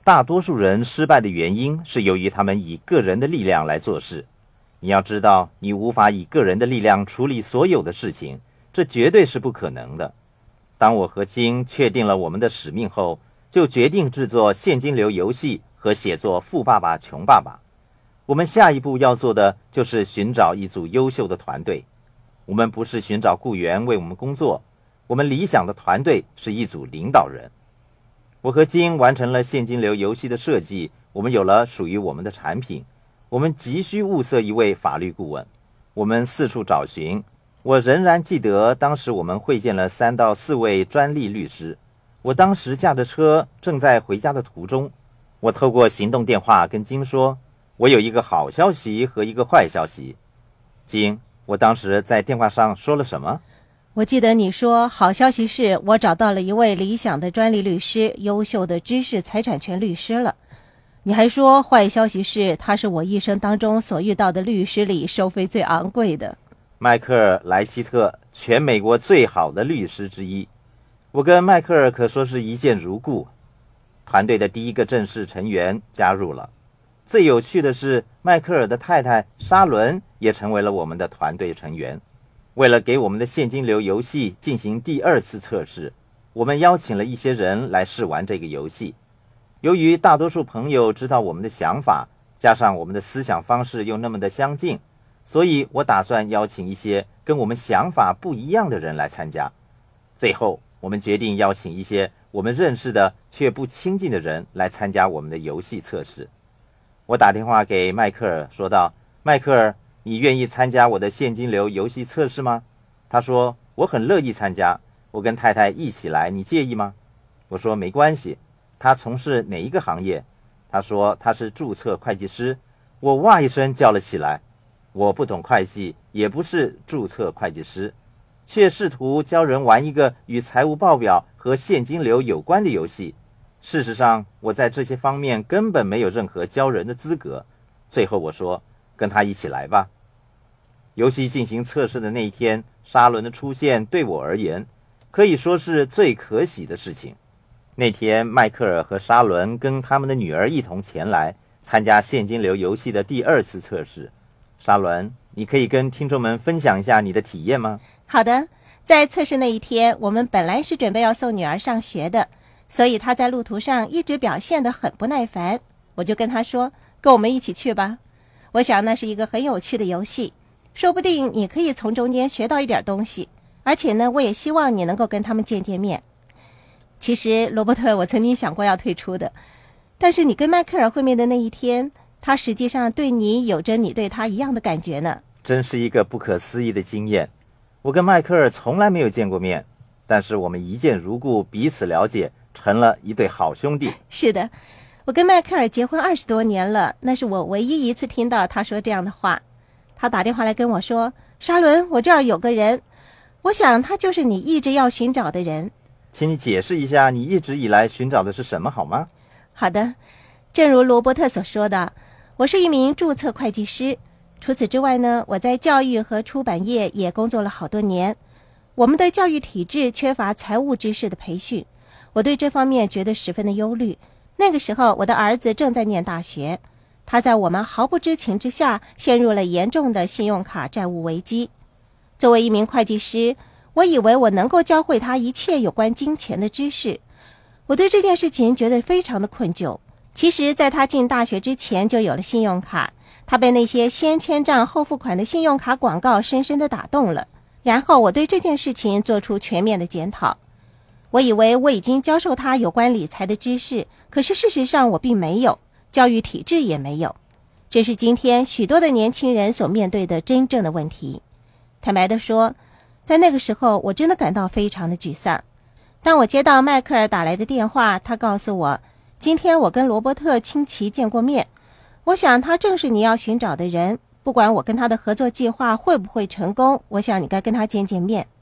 大多数人失败的原因是由于他们以个人的力量来做事。你要知道，你无法以个人的力量处理所有的事情，这绝对是不可能的。当我和金确定了我们的使命后，就决定制作现金流游戏和写作《富爸爸穷爸爸》。我们下一步要做的就是寻找一组优秀的团队。我们不是寻找雇员为我们工作，我们理想的团队是一组领导人。我和金完成了现金流游戏的设计，我们有了属于我们的产品。我们急需物色一位法律顾问，我们四处找寻。我仍然记得当时我们会见了3到4位专利律师。我当时驾着车正在回家的途中，我透过行动电话跟金说，我有一个好消息和一个坏消息。金，我当时在电话上说了什么？ 我记得你说，好消息是我找到了一位理想的专利律师，优秀的知识财产权律师了。你还说，坏消息是他是我一生当中所遇到的律师里收费最昂贵的。 迈克尔·莱希特，全美国最好的律师之一。我跟迈克尔可说是一见如故。团队的第一个正式成员加入了。最有趣的是，迈克尔的太太沙伦也成为了我们的团队成员。为了给我们的现金流游戏进行第2次测试，我们邀请了一些人来试玩这个游戏。由于大多数朋友知道我们的想法，加上我们的思想方式又那么的相近，所以我打算邀请一些跟我们想法不一样的人来参加。最后，我们决定邀请一些我们认识的却不亲近的人来参加我们的游戏测试。我打电话给迈克尔说道，迈克尔，你愿意参加我的现金流游戏测试吗？他说，我很乐意参加，我跟太太一起来，你介意吗？我说没关系。他从事哪一个行业？他说他是注册会计师。我哇一声叫了起来。我不懂会计，也不是注册会计师，却试图教人玩一个与财务报表和现金流有关的游戏。事实上，我在这些方面根本没有任何教人的资格。最后我说，跟他一起来吧。游戏进行测试的那一天，沙伦的出现对我而言可以说是最可喜的事情。那天，迈克尔和沙伦跟他们的女儿一同前来参加现金流游戏的第2次测试。沙伦，你可以跟听众们分享一下你的体验吗？ 好的，在测试那一天，我们本来是准备要送女儿上学的，所以她在路途上一直表现得很不耐烦。我就跟她说，跟我们一起去吧。我想那是一个很有趣的游戏，说不定你可以从中间学到一点东西，而且呢，我也希望你能够跟他们见见面。其实罗伯特，我曾经想过要退出的，但是你跟迈克尔会面的那一天，他实际上对你有着你对他一样的感觉呢。 真是一个不可思议的经验。我跟迈克尔从来没有见过面，但是我们一见如故，彼此了解，成了一对好兄弟。 是的，我跟迈克尔结婚20多年了，那是我唯一一次听到他说这样的话。他打电话来跟我说，沙伦，我这儿有个人，我想他就是你一直要寻找的人。 请你解释一下你一直以来寻找的是什么好吗？ 好的，正如罗伯特所说的，我是一名注册会计师。除此之外呢，我在教育和出版业也工作了好多年。我们的教育体制缺乏财务知识的培训，我对这方面觉得十分的忧虑。那个时候，我的儿子正在念大学，他在我们毫不知情之下陷入了严重的信用卡债务危机。作为一名会计师，我以为我能够教会他一切有关金钱的知识。我对这件事情觉得非常的困疚。其实在他进大学之前就有了信用卡，他被那些先签账后付款的信用卡广告深深地打动了。然后我对这件事情做出全面的检讨。我以为我已经教授他有关理财的知识，可是事实上我并没有，教育体制也没有。这是今天许多的年轻人所面对的真正的问题。坦白地说，在那个时候我真的感到非常的沮丧。当我接到迈克尔打来的电话，他告诉我，今天我跟罗伯特清崎见过面，我想他正是你要寻找的人，不管我跟他的合作计划会不会成功，我想你该跟他见见面。